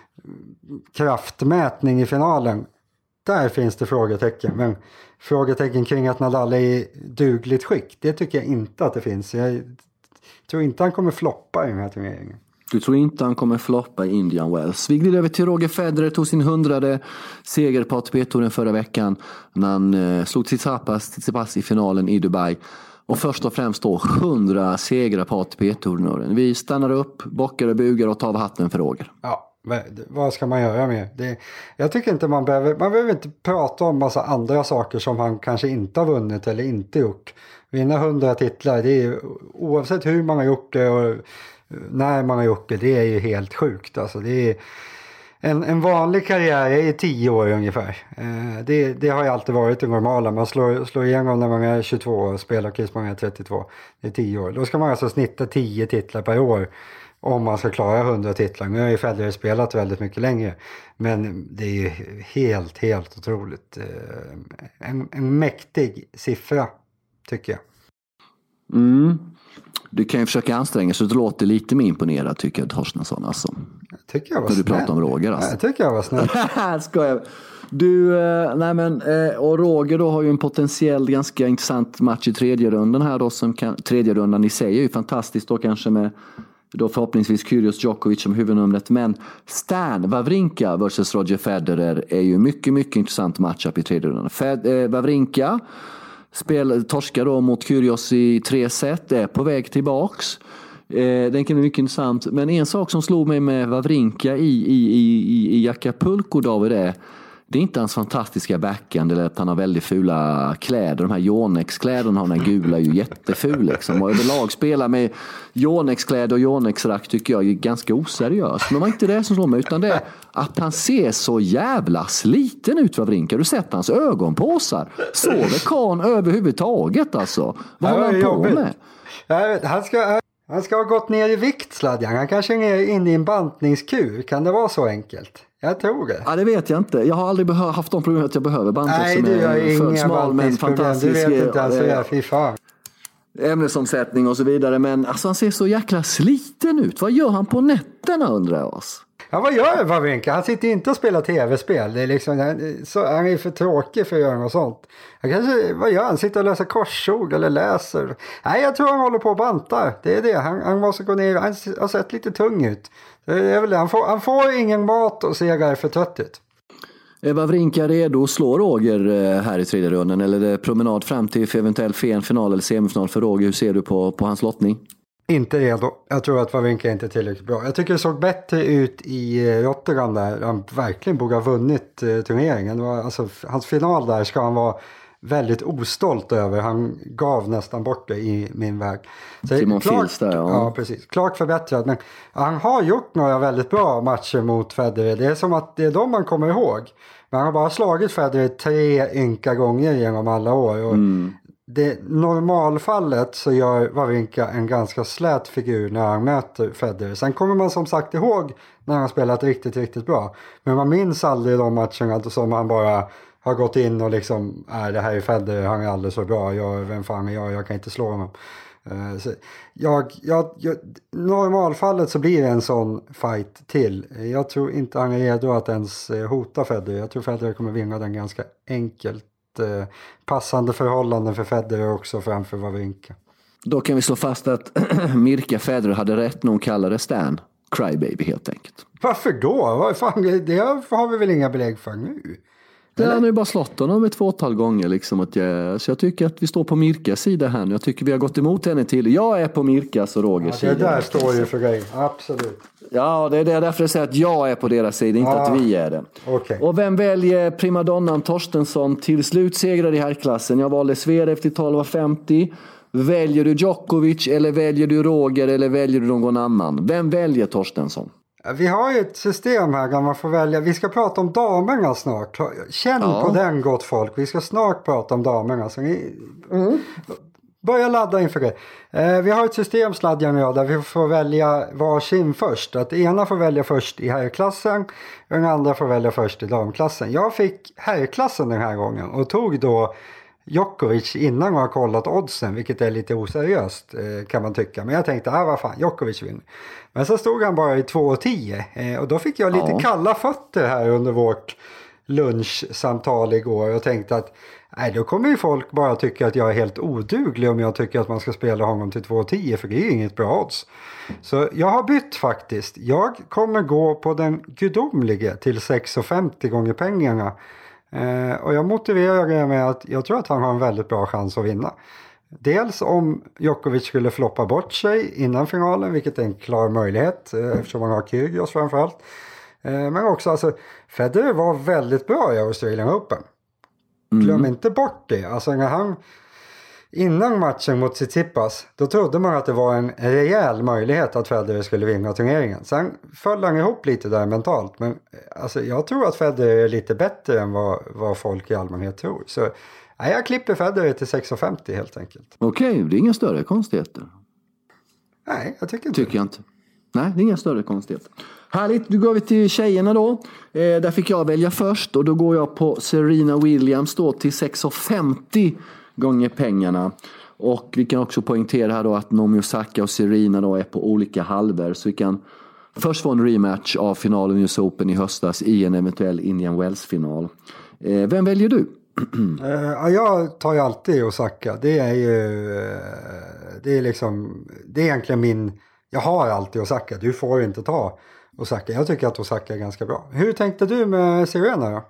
kraftmätning i finalen. Där finns det frågetecken. Men frågetecken kring att Nadal är i dugligt skick, det tycker jag inte att det finns. Jag tror inte han kommer floppa i den här turneringen. Du tror inte han kommer floppa i Indian Wells. Vi glider över till Roger Federer, tog sin hundrade seger på A T P-touren förra veckan när han eh, slog Tsitsipas, Tsitsipas i finalen i Dubai. Och först och främst då hundra segrar på A T P-touren. Vi stannar upp, bockar och bugar och tar hatten för Roger. Ja. Vad ska man göra med det? Jag tycker inte man behöver, man behöver inte prata om massa andra saker som han kanske inte har vunnit eller inte gjort. Vinna hundra titlar, det är oavsett hur man har gjort det och när man har gjort det, det är ju helt sjukt. Alltså det är en, en vanlig karriär är tio år ungefär. Eh, det, det har ju alltid varit det normala. Man slår, slår igenom när man är tjugotvå och spelar tills man är trettiotvå. Det är tio år. Då ska man alltså snitta tio titlar per år. Om man ska klara hundra titlar. Nu har ju Federer spelat väldigt mycket längre. Men det är ju helt, helt otroligt. En, en mäktig siffra, tycker jag. Mm. du kan ju försöka anstränga så det låter lite mer imponerad tycker jag, Torstensson. Alltså. Jag tycker jag var När du snäll. pratar om Roger. Alltså. Jag tycker jag var snäll. Ska jag... Du, eh, nej men, eh, och Roger då har ju en potentiell ganska intressant match i tredje rundan här då. Som kan, tredje rundan i sig är ju fantastiskt då kanske med då förhoppningsvis Kyrgios Djokovic som huvudnumret. Men Stan Wawrinka versus Roger Federer är ju mycket, mycket intressant matchup i tredje rundan. Fed, eh, Wawrinka spel, torskar då mot Kyrgios i tre set, är på väg tillbaks. Eh, den kan bli mycket intressant. Men en sak som slog mig med Wawrinka i, i, i, i Acapulco, David, är det är inte hans fantastiska backhand eller att han har väldigt fula kläder. De här Yonex-kläderna, han är gula, är ju jätteful liksom. Och överlag spela med Yonex-kläder och Yonex-rack tycker jag är ganska oseriöst. Men det var inte det som slår mig, utan det är att han ser så jävla sliten ut, Wawrinka. Du sett hans ögonpåsar. Sover kan överhuvudtaget alltså. Vad håller han på jobbigt. med? Vet, han, ska, han ska ha gått ner i vikt, Sladjan. Han kanske är inne i en bantningskur. Kan det vara så enkelt? Jag tror det. Ja, det vet jag inte. Jag har aldrig behö- haft de problem att jag behöver bantas. Nej, som du har är för inga smal men fantastisk. Du vet inte ens hur det är, fy fan. Ämnesomsättning och så vidare. Men alltså, han ser så jäkla sliten ut. Vad gör han på nätterna, undrar jag oss? Ja, vad gör Wawrinka? Han sitter inte och spelar tv-spel. Det är liksom, så, han är för tråkig för att göra något sånt. Han kanske, vad gör han? Sitter och läser korsord eller läser? Nej, jag tror han håller på att banta. Det är det. Han, han måste gå ner. Han har sett lite tung ut. Det är väl det. Han, får, han får ingen mat och ser där för trött ut. Är Wawrinka redo att slå Roger här i tredje rundan? Eller är det promenad fram till för eventuell final eller semifinal för Roger? Hur ser du på, på hans lottning? Inte redo. Jag tror att Wawrinka inte är tillräckligt bra. Jag tycker det såg bättre ut i Rotterdam där. Han verkligen borde ha vunnit eh, turneringen. Det var, alltså, hans final där ska han vara väldigt ostolt över. Han gav nästan bort det i min väg. Så Simon klart, Fils där, ja. Ja, precis. Klart förbättrad. Men han har gjort några väldigt bra matcher mot Federer. Det är som att det är de man kommer ihåg. Men han har bara slagit Federer tre ynka gånger genom alla år. Och mm. det normalfallet så gör Wawrinka en ganska slät figur när han möter Federer. Sen kommer man som sagt ihåg när han spelat riktigt, riktigt bra. Men man minns aldrig de matcherna som han bara har gått in och liksom, är det här är Federer, han är alldeles så bra. Jag, vem fan är jag? Jag kan inte slå honom. Uh, så jag, jag, jag, normalfallet så blir det en sån fight till. Jag tror inte han är redo att ens hota Federer. Jag tror Federer kommer vinna den ganska enkelt. Passande förhållanden för Federer också framför Wawrinka. Då kan vi slå fast att Mirka Federer hade rätt när hon kallade Stan Crybaby helt enkelt. Varför då? Vad fan, det har vi väl inga belägg för nu? Det har ju bara slått honom ett fåtal gånger. Liksom, att jag, så jag tycker att vi står på Mirkas sida här nu. Jag tycker vi har gått emot henne till. Jag är på Mirkas och Rogers sida. Ja, det där står ju för dig. Absolut. Ja, det är det därför jag säger att jag är på deras sida, inte ja. att vi är det. Okay. Och vem väljer primadonnan Torstensson till slutsegrare i herrklassen? Jag valde Zverev till tolv femtio. Väljer du Djokovic eller väljer du Roger eller väljer du någon annan? Vem väljer Torstensson? Vi har ju ett system här där man får välja. Vi ska prata om damerna snart. Känn ja. på den, gott folk. Vi ska snart prata om damerna. Så ni mm. börja ladda inför det. Eh, vi har ett system, Sladjan och jag, där vi får välja varsin först. Att ena får välja först i herrklassen och den andra får välja först i damklassen. Jag fick herrklassen den här gången och tog då Djokovic innan jag har kollat oddsen, vilket är lite oseriöst kan man tycka. Men jag tänkte, ah vad fan, Djokovic vinner. Men så stod han bara i två tio och då fick jag lite ja. kalla fötter här under vårt lunchsamtal igår och tänkte att nej, då kommer ju folk bara tycka att jag är helt oduglig om jag tycker att man ska spela honom till två tio, för det är ju inget bra odds. Så jag har bytt faktiskt. Jag kommer gå på den gudomlige till sex femtio gånger pengarna. Eh, och jag motiverar det med att jag tror att han har en väldigt bra chans att vinna. Dels om Djokovic skulle floppa bort sig innan finalen, vilket är en klar möjlighet eh, eftersom han har Kyrgios framförallt. Eh, men också alltså, Federer var väldigt bra i Australian Open. Mm. Glöm inte bort det. Alltså när han innan matchen mot Tsitsipas, då trodde man att det var en rejäl möjlighet att Federer skulle vinna turneringen. Sen föll han ihop lite där mentalt. Men alltså, jag tror att Federer är lite bättre än vad, vad folk i allmänhet tror. Så ja, jag klipper Federer till sex femtio helt enkelt. Okej, okay, det är inga större konstigheter. Nej, jag tycker inte. Tycker jag inte. Nej, det är inga större konstigheter. Härligt, då går vi till tjejerna då. Eh, där fick jag välja först och då går jag på Serena Williams då till sex femtio gånger pengarna. Och vi kan också poängtera här då att Naomi Osaka och Serena då är på olika halvor. Så vi kan först få en rematch av finalen i U S Open i höstas i en eventuell Indian Wells-final. Eh, vem väljer du? uh, jag tar ju alltid Osaka. Det är ju det är liksom det är egentligen min, jag har alltid Osaka. Du får inte ta Osaka. Jag tycker att Osaka är ganska bra. Hur tänkte du med Serena då?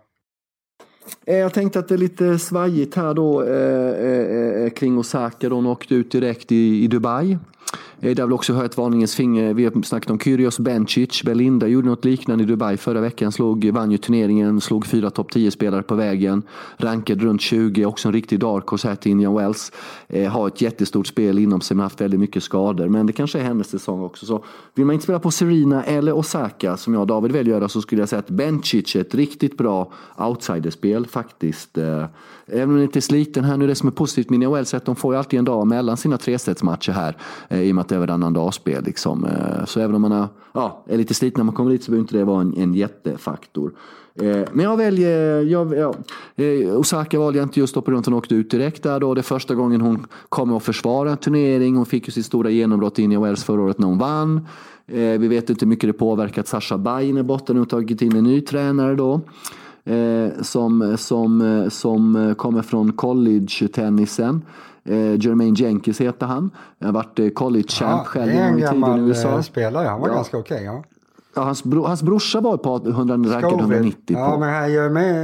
Jag tänkte att det är lite svajigt här då eh, eh, kring Osaka då. Hon åkte ut direkt i, i Dubai. Det har väl också hört varningens finger. Vi har snackat om Kyrgios, Bencic, Belinda gjorde något liknande i Dubai förra veckan. Slog, vann ju turneringen, slog fyra topp tio spelare på vägen. Rankad runt tjugo, också en riktig dark horse här till Indian Wells. Eh, har ett jättestort spel inom sig, men haft väldigt mycket skador. Men det kanske är hennes säsong också. Så vill man inte spela på Serena eller Osaka, som jag och David vill göra, så skulle jag säga att Bencic är ett riktigt bra outsiderspel faktiskt. Eh, även om det inte är sliten här nu, det som är positivt med Indian Wells är att de får ju alltid en dag mellan sina tresetsmatcher här. Eh, I och med att det är varannan dagspel liksom. Så även om man är, ja, är lite sliten när man kommer dit så behöver inte det vara en, en jättefaktor. Men jag väljer, jag, ja, Osaka valde jag inte just då på grund av att hon åkte ut direkt där då. Det är första gången hon kommer att försvara en turnering. Hon fick ju sitt stora genombrott i Indian Wells förra året när hon vann. Vi vet inte hur mycket det påverkat Sasha Bain är borta nu och tagit in en ny tränare då. Som, som, som kommer från college-tennisen. Eh, Jermaine Jenkins heter han. Han har varit college champ ja, själv en gång i tiden i U S A. Spelare, han var ja. ganska okej. Okay, ja. Ja, hans, bro, hans brorsa var på hundra, hundranittio ja, på. Men här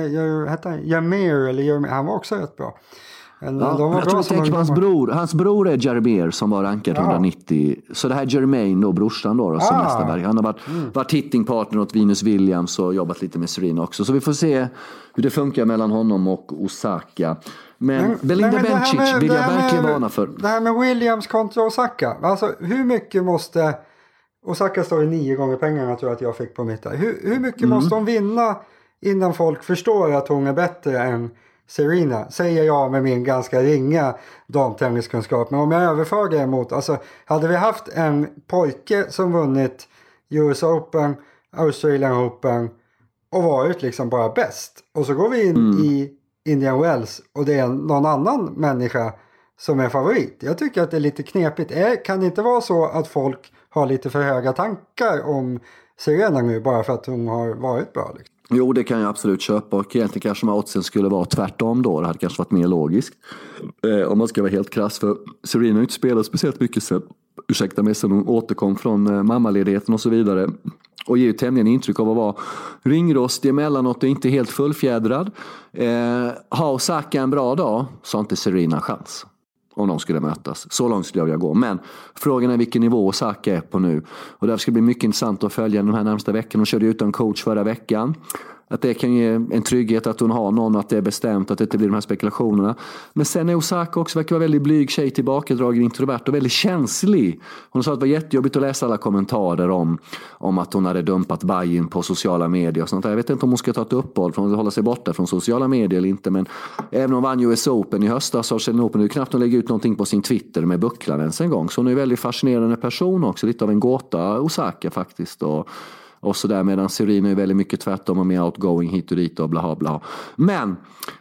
Jermaine eller Jermaine, han var också rätt bra. En, ja, de var jag bra tror jag tänker på hans bror. Hans bror är Jaromir som var rankad ja. hundranittio. Så det här Jermaine då, brorsan då, då som ah. nästa verk. Han har varit, mm. varit hittingpartner åt Venus Williams och jobbat lite med Serena också. Så vi får se hur det funkar mellan honom och Osaka. Men, men Belinda men, Bencic med, vill jag verkligen med, varna för. Det här med Williams kontra Osaka. Alltså hur mycket måste Osaka står i nio gånger pengarna tror jag att jag fick på mitt där. Hur, hur mycket mm. måste hon vinna innan folk förstår att hon är bättre än Serena? Säger jag med min ganska ringa damtenniskunskap. Men om jag överför det emot, alltså hade vi haft en pojke som vunnit U S Open, Australian Open och varit liksom bara bäst. Och så går vi in mm. i Indian Wells och det är någon annan människa som är favorit. Jag tycker att det är lite knepigt. Kan det inte vara så att folk har lite för höga tankar om Serena nu bara för att hon har varit bra? Liksom? Jo, det kan jag absolut köpa och egentligen kanske med oddsen skulle vara tvärtom då. Det hade kanske varit mer logiskt. Eh, om man ska vara helt krass, för Serena har inte spelat speciellt mycket sen, ursäkta mig, sen hon återkom från eh, mammaledigheten och så vidare. Och ger ju tämligen intryck av att vara ringrostig emellanåt och inte helt fullfjädrad. Eh, har Osaka en bra dag så har inte Serena chans. Om de skulle mötas. Så långt skulle jag vilja gå. Men frågan är vilken nivå Osaka är på nu. Och därför ska det bli mycket intressant att följa de här närmsta veckorna. Hon körde utan coach förra veckan. Att det kan ge en trygghet att hon har någon, att det är bestämt, att det inte blir de här spekulationerna. Men sen är Osaka också, verkar vara väldigt blyg tjej, tillbakadragen, introvert och väldigt känslig. Hon sa att det var jättejobbigt att läsa alla kommentarer om, om att hon hade dumpat Bajen på sociala medier och sånt där. Jag vet inte om hon ska ta ett uppehåll från att hålla sig borta från sociala medier eller inte. Men även om hon vann U S Open i höstas, Australian Open, det är knappt hon lägger ut någonting på sin Twitter med bucklan ens en gång. Så hon är en väldigt fascinerande person också, lite av en gåta Osaka faktiskt. Och Och så där, medan Serena är väldigt mycket tvärtom och mer outgoing hit och dit och bla bla. Men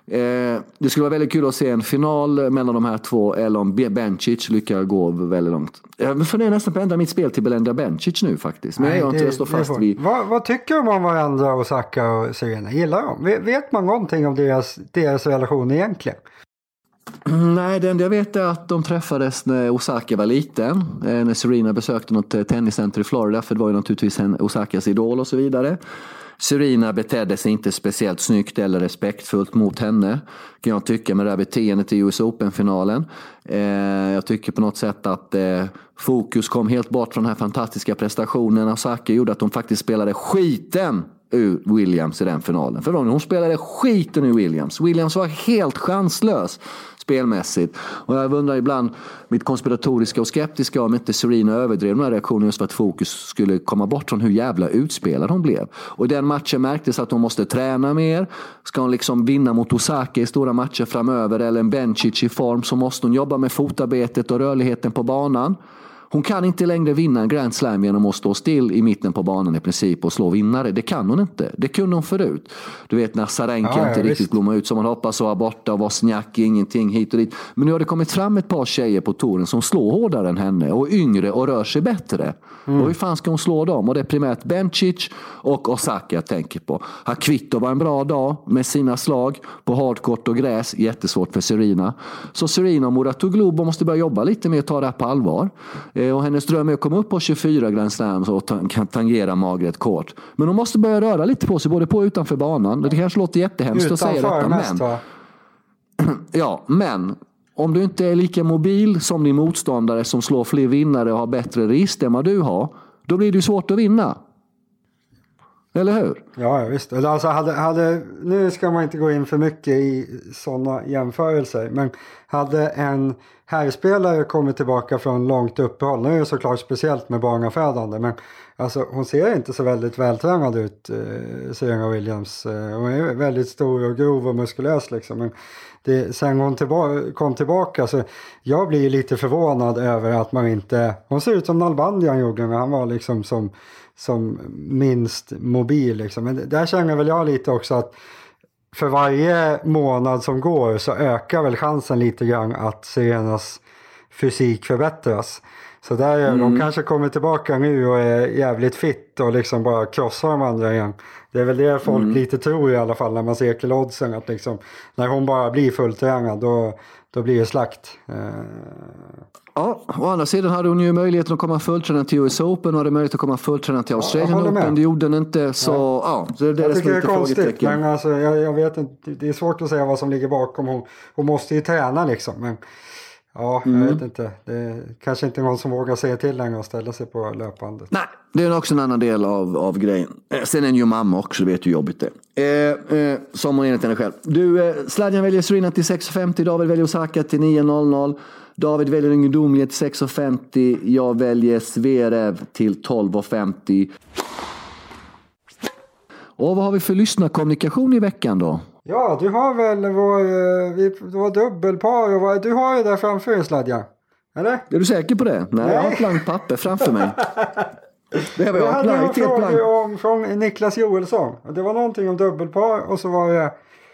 eh, det skulle vara väldigt kul att se en final mellan de här två, eller om Bencic lyckas gå väldigt långt. Jag funderar nästan på att ändra mitt spel till Belinda Bencic nu faktiskt. Men Nej, jag har inte stå fast vid. Vad, vad tycker du om varandra, Osaka och Serena? Gillar de? Vet man någonting om deras, deras relation egentligen? Nej, det enda jag vet är att de träffades när Osaka var liten. När Serena besökte något tenniscenter i Florida, för det var ju naturligtvis en Osakas idol och så vidare. Serena betedde sig inte speciellt snyggt eller respektfullt mot henne, kan jag tycka, med det här beteendet i U S Open-finalen. Jag tycker på något sätt att fokus kom helt bort från den här fantastiska prestationen. Osaka gjorde att de faktiskt spelade skiten ur Williams i den finalen. För hon spelade skiten ur Williams. Williams var helt chanslös spelmässigt. Och jag undrar ibland, mitt konspiratoriska och skeptiska, om inte Serena överdrev den här reaktionen just för att fokus skulle komma bort från hur jävla utspelad hon blev. Och i den matchen märktes att hon måste träna mer. Ska hon liksom vinna mot Osaka i stora matcher framöver, eller en Bencic i form, så måste hon jobba med fotarbetet och rörligheten på banan. Hon kan inte längre vinna en Grand Slam genom att stå still i mitten på banan i princip och slå vinnare. Det kan hon inte. Det kunde hon förut. Du vet när Sarenka ja, inte ja, riktigt blommade ut som man hoppas och var borta och var snack, ingenting hit och dit. Men nu har det kommit fram ett par tjejer på touren som slår hårdare än henne och yngre och rör sig bättre. Mm. Och hur fan ska hon slå dem? Och det är primärt Bencic och Osaka jag tänker på. Hakvito var en bra dag med sina slag på hardcourt och gräs. Jättesvårt för Serena. Så Serena och Muratoglu måste börja jobba lite med att ta det här på allvar. Och hennes dröm är att komma upp på tjugofyra Grand Slams och kan tangera Margaret Court. Men hon måste börja röra lite på sig både på och utanför banan. Det kanske låter jättehemskt att säga detta. Mest, men, ja, men om du inte är lika mobil som din motståndare som slår fler vinnare och har bättre risk än vad du har, då blir det ju svårt att vinna. Eller hur? Ja, visst. Alltså hade, hade, nu ska man inte gå in för mycket i sådana jämförelser, men hade en herrspelare kommit tillbaka från långt uppehåll, nu är det såklart speciellt med barnafödande, men alltså, hon ser inte så väldigt vältränad ut, eh, Serena Williams. Eh, hon är väldigt stor och grov och muskulös liksom, men det, sen hon tillba- kom tillbaka så jag blir lite förvånad över att man inte, hon ser ut som Nalbandian gjorde när han var liksom som som minst mobil liksom. Men där känner väl jag lite också att för varje månad som går så ökar väl chansen lite grann att Serenas fysik förbättras. Så där är mm. de kanske kommer tillbaka nu och är jävligt fit och liksom bara krossar de andra igen. Det är väl det folk mm. lite tror i alla fall när man ser till oddsen, att liksom när hon bara blir fulltränad då, då blir det slakt. Uh... Ja, å andra sidan hade hon ju möjligheten att komma fulltränad till U S Open och hade möjlighet att komma fulltränad till Australian ja, Open. Det gjorde den inte, så ja. ja så det, det jag är tycker det är konstigt, men alltså, jag, jag vet inte, det är svårt att säga vad som ligger bakom. Hon, hon måste ju träna liksom, men ja, jag mm. vet inte. Det är kanske inte någon som vågar säga till henne och ställa sig på löpbandet. Nej, det är också en annan del av, av grejen. Sen är en ju mamma också, du vet hur jobbigt det är. Eh, eh, som hon enligt henne själv. Du, eh, Sladjan väljer Serena till sex femtio, David väljer Osaka till nio noll noll. David väljer en gudomlig till sex femtio. Jag väljer Zverev till tolv femtio. Och vad har vi för lyssnarkommunikation i veckan då? Ja, du har väl vår, vi, vår dubbelpar. Och vad, du har ju där framför dig, Sladja. Eller? Är du säker på det? Nej, Nej. Jag har ett blankt papper framför mig. Det har jag, jag hade en fråga om, från Niklas Joelsson. Det var någonting om dubbelpar och så var det...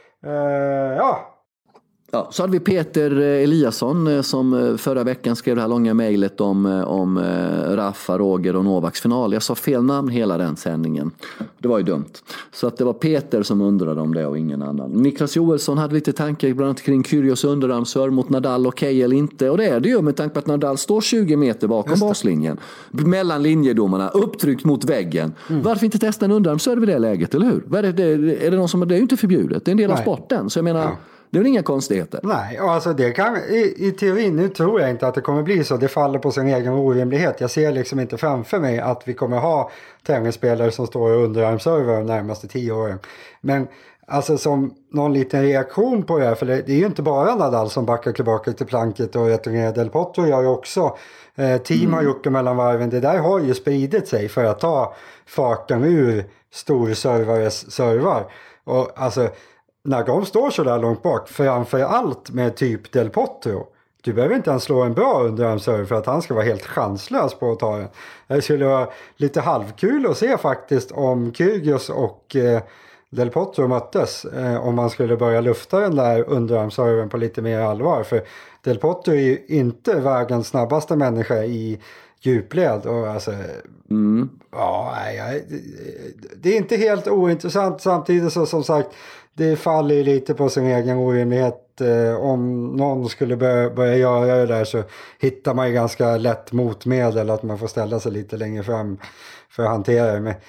Eh, ja... Ja, så hade vi Peter Eliasson som förra veckan skrev det här långa mejlet om, om Rafa, Roger och Novaks final. Jag sa fel namn hela den sändningen. Det var ju dumt. Så att det var Peter som undrade om det och ingen annan. Niklas Joelsson hade lite tankar bland annat kring Kyrgios underarmsrör mot Nadal, okej okay eller inte. Och det är det ju med tanke på att Nadal står tjugo meter bakom baslinjen. Mellan linjedomarna, upptryckt mot väggen. Mm. Varför inte testa en underarmsrör vid det läget, eller hur? Är det, är det, någon som, det är ju inte förbjudet, det är en del av Nej. sporten. Så jag menar... Ja. Det är väl inga konstigheter? Nej, alltså det kan, i, i teorin nu tror jag inte att det kommer bli så. Det faller på sin egen orimlighet. Jag ser liksom inte framför mig att vi kommer ha tennisspelare som står underarmsserver de närmaste tio åren. Men alltså som någon liten reaktion på det här, för det, det är ju inte bara Nadal som backar tillbaka till planket och returnerar. Del Potro gör ju också. Eh, team mm. har gjort det mellan varven. Det där har ju spridit sig för att ta farten ur storservares servar. Och alltså... När de står så där långt bak, framför allt med typ Del Potro, du behöver inte ens slå en bra underarmsserve för att han ska vara helt chanslös på att ta den. Det skulle vara lite halvkul att se faktiskt om Kyrgios och eh, Del Potro möttes. Eh, om man skulle börja lufta den där underarmsserven på lite mer allvar. För Del Potro är ju inte världens snabbaste människa i djupled. Och alltså, mm. ja, nej, det är inte helt ointressant samtidigt så som sagt. Det faller lite på sin egen orimlighet. Eh, om någon skulle börja, börja göra det där så hittar man ju ganska lätt motmedel att man får ställa sig lite längre fram för att hantera det. Men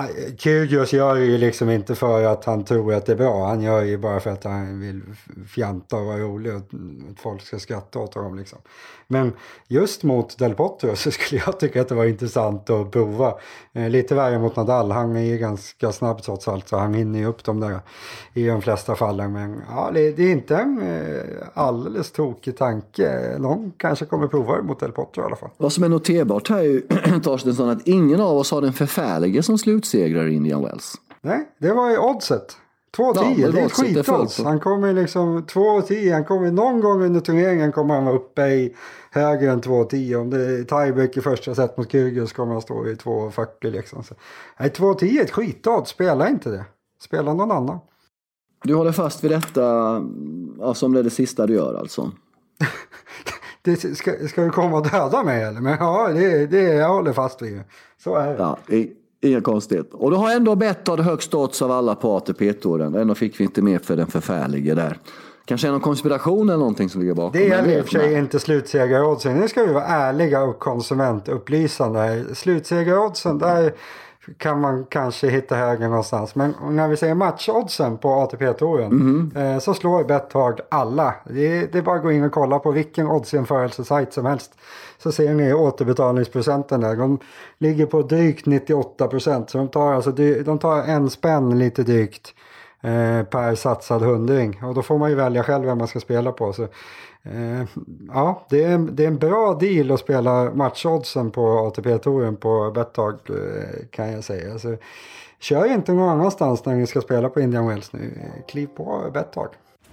Kyrgios gör ju liksom inte för att han tror att det är bra. Han gör ju bara för att han vill fjanta och vara rolig och att folk ska skratta åt honom liksom. Men just mot Del Potro så skulle jag tycka att det var intressant att prova. Eh, lite värre mot Nadal. Han är ju ganska snabb trots allt så han hinner ju upp dem där i de flesta fallen. Men ja, det, det är inte en eh, alldeles tokig tanke. Någon kanske kommer prova det mot Del Potro i alla fall. Vad som är noterbart här är ju Torstensson att ingen av oss har den förfärliga som slutsegrare i Indian Wells. Nej, det var ju oddset. två tio, ja, det är ett skitodds. Han kommer liksom två tio, han kommer någon gång under turneringen kommer han vara uppe i högre än två tio. Om det är tiebreak i första set mot Kyrgios kommer han stå i två fyrtio liksom. Så, nej, två tio är ett skitodds, spela inte det. Spela någon annan. Du håller fast vid detta, alltså om det är det sista du gör alltså? det ska, ska du komma och döda mig eller? Men ja, det, det jag håller fast vid. Så är det. Ja, i, inga konstighet. Och du har ändå bett av det högsta odds av alla på A T P-touren. Ändå fick vi inte med för den förfärliga där. Kanske är någon konspiration eller någonting som ligger bakom. Det är i och för sig inte slutsegeroddsen. Nu ska vi vara ärliga och konsumentupplysande. Slutsegeroddsen, där kan man kanske hitta högre någonstans. Men när vi säger matchoddsen på A T P-touren mm. eh, så slår Betthard alla. Det, det är bara att gå in och kolla på vilken oddsjämförelsesajt som helst. Så ser ni återbetalningsprocenten där. De ligger på drygt nittioåtta procent. Så de tar, alltså, de tar en spänn lite drygt eh, per satsad hundring. Och då får man ju välja själv vem man ska spela på. Så, eh, ja, det är, det är en bra deal att spela matchoddsen på A T P-touren på Betthard eh, kan jag säga. Alltså, kör inte någon annanstans när ni ska spela på Indian Wells nu. Kliv på Betthard.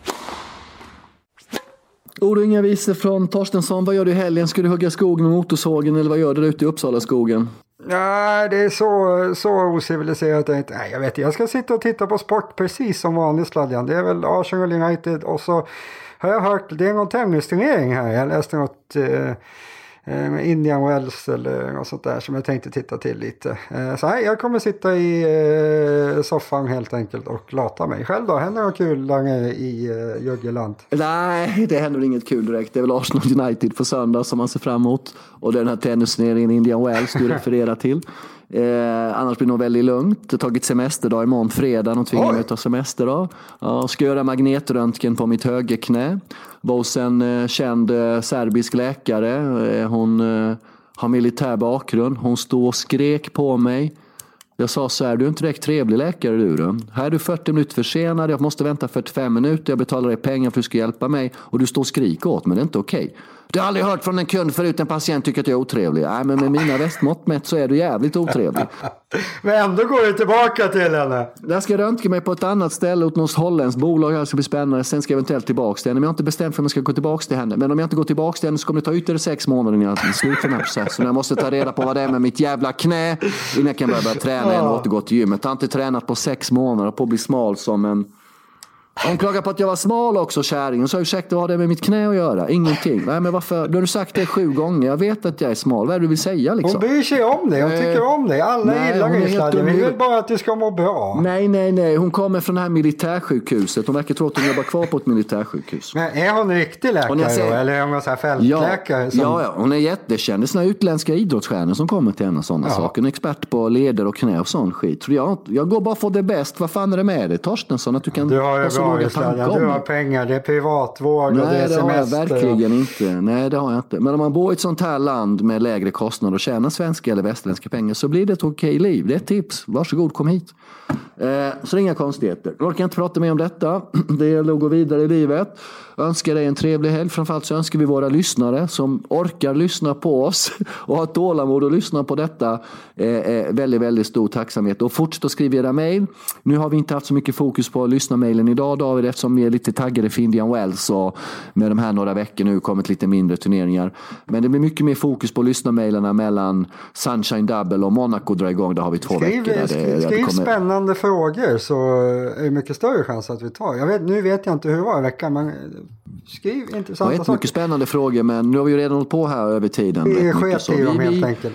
Ord och inga visor från Torstensson. Vad gör du i helgen? Ska du hugga skogen med motorsågen eller vad gör du ute i Uppsala skogen? Nej, det är så, så ociviliserat. Jag, inte, nej, jag vet inte. Jag ska sitta och titta på sport precis som vanligt, Sladjan. Det är väl Arsenal United och så har jag hört, det är någon tennisturnering här. Jag läste något eh, med Indian Wells eller något sånt där som jag tänkte titta till lite. Eh, så här, jag kommer sitta i eh, soffan helt enkelt och lata mig. Själv då? Händer något kul där nere i eh, Jöggeland? Nej, det händer inget kul direkt. Det är väl Arsenal United på söndag som man ser fram emot. Och det är den här tennisturneringen i Indian Wells du refererar till. Eh, annars blir det nog väldigt lugnt. Jag har tagit semesterdag imorgon fredag. De tvingar mig att ta semesterdag. Ja, ska göra magnetröntgen på mitt högerknä. Var hos en eh, känd eh, serbisk läkare. Eh, hon eh, har militär bakgrund. Hon stod och skrek på mig. Jag sa så här: du är inte direkt trevlig läkare du då. Här är du fyrtio minuter försenad. Jag måste vänta fyrtiofem minuter. Jag betalar dig pengar för att du ska hjälpa mig. Och du står och skriker åt mig. Det är inte okej. Okay. Du har aldrig hört från en kund förut en patient tycker att jag är otrevlig. Nej, men med mina västmått mätt så är du jävligt otrevlig. Men ändå går du tillbaka till henne. Jag ska röntga mig på ett annat ställe åt något holländskt bolag. Det ska bli spännande. Sen ska jag eventuellt tillbaka till henne. Men jag har inte bestämt för om jag ska gå tillbaka till henne. Men om jag inte går tillbaka till henne så kommer det ta ytterligare sex månader innan jag slutar den här processen. Jag måste ta reda på vad det är med mitt jävla knä innan jag kan börja, börja träna igen och återgå till gymmet. Jag har inte tränat på sex månader på att bli smal som en... Hon klagar på att jag var smal också, kärringen. Så ursäkta, vad har det med mitt knä att göra? Ingenting. Nej, men varför? Du har sagt det sju gånger. Jag vet att jag är smal. Vad är det du vill säga liksom? Hon bryr sig om det. Hon tycker eh, om det. Alla nej, gillar dig, Sladjan. Vi vill bara att du ska må bra. Nej, nej, nej. Hon kommer från det här militärsjukhuset. Hon verkar tro att hon jobbar kvar på ett militärsjukhus. Men är hon en riktig läkare säger, då? Eller är hon så här fältläkare? Ja, som... ja, ja, hon är jättekänd. Det är såna utländska idrottsstjärnor som kommer till henne och sådana ja. saker. En expert på leder och knä och sån skit. Jag, jag går bara för det bäst. Vad fan är det med dig, Torstensson? Att du kan du har ju bra, Sladjan. Du har pengar, det är privatvård och det är semester. Nej, det har jag verkligen inte. Nej, det har jag inte. Men om man bor i ett sånt här land med lägre kostnader och tjänar svenska eller västerländska pengar så blir det ett okej liv. Det är ett tips. Varsågod, kom hit. Eh, så det är inga konstigheter. Jag orkar inte prata mer om detta. Det gäller att gå vidare i livet. Jag önskar dig en trevlig helg. Framförallt så önskar vi våra lyssnare som orkar lyssna på oss och har tålamod att lyssna på detta. Eh, väldigt, väldigt stor tacksamhet. Och fortsätt att skriva era mejl. Nu har vi inte haft så mycket fokus på att lyssna mejlen idag, David, eftersom vi är lite taggade för Indian Wells och med de här några veckor nu kommit lite mindre turneringar. Men det blir mycket mer fokus på att lyssna mejlarna mellan Sunshine Double och Monaco drar igång. Där har vi två skriv, veckor. Där skriv, det, skriv kommer... spännande frågor så är det mycket större chans att vi tar. Jag vet, nu vet jag inte hur det var i veckan, men skriv intressanta saker. Mycket spännande frågor, men nu har vi ju redan hållit på här över tiden. Vi sket i dem helt enkelt.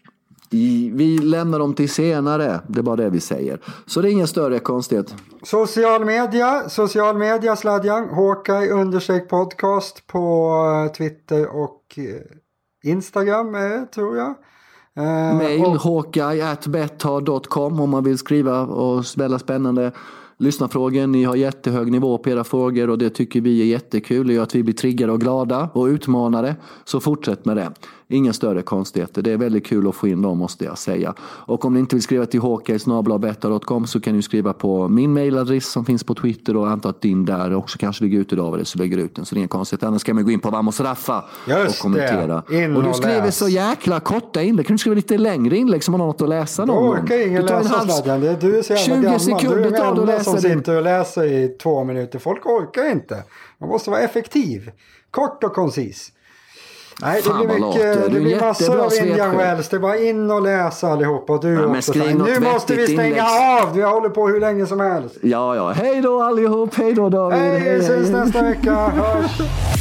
Vi lämnar dem till senare. Det är bara det vi säger. Så det är ingen större konstighet. Social media. Social media, Sladjan. Hawkeye undersök podcast på Twitter och Instagram, tror jag. Mail och... hawkeye at betthard dot com om man vill skriva och spela spännande lyssnarfrågor. Ni har jättehög nivå på era frågor och det tycker vi är jättekul. Det gör att vi blir triggade och glada och utmanade. Så fortsätt med det. Inga större konstigheter. Det är väldigt kul att få in dem, måste jag säga. Och om ni inte vill skriva till h k snabel-a betta punkt com så kan ni skriva på min mailadress som finns på Twitter, och antar att din där också kanske ligger ut idag, eller så lägger ut den, så det är inga konstigheter. Annars kan man gå in på Vamos Raffa och kommentera. Och, och du skriver så jäkla korta inlägg. Kan du skriva lite längre inlägg som man har något att läsa någon gång? Orkar ingen läsa det. Det. Du är så jävla gammal. sekunder du är den enda som din... sitter och läser i två minuter. Folk orkar inte. Man måste vara effektiv. Kort och koncis. Nej, det Fan, blir mycket, det blir massor av Indian Wells. Det är bara in och läsa allihopa. Och du ja, också. Nu måste vi stänga inlägg. av. Vi håller på hur länge som helst. Ja, ja. Hej då allihop. Hej då David. Hej, vi ses nästa vecka. Hörs.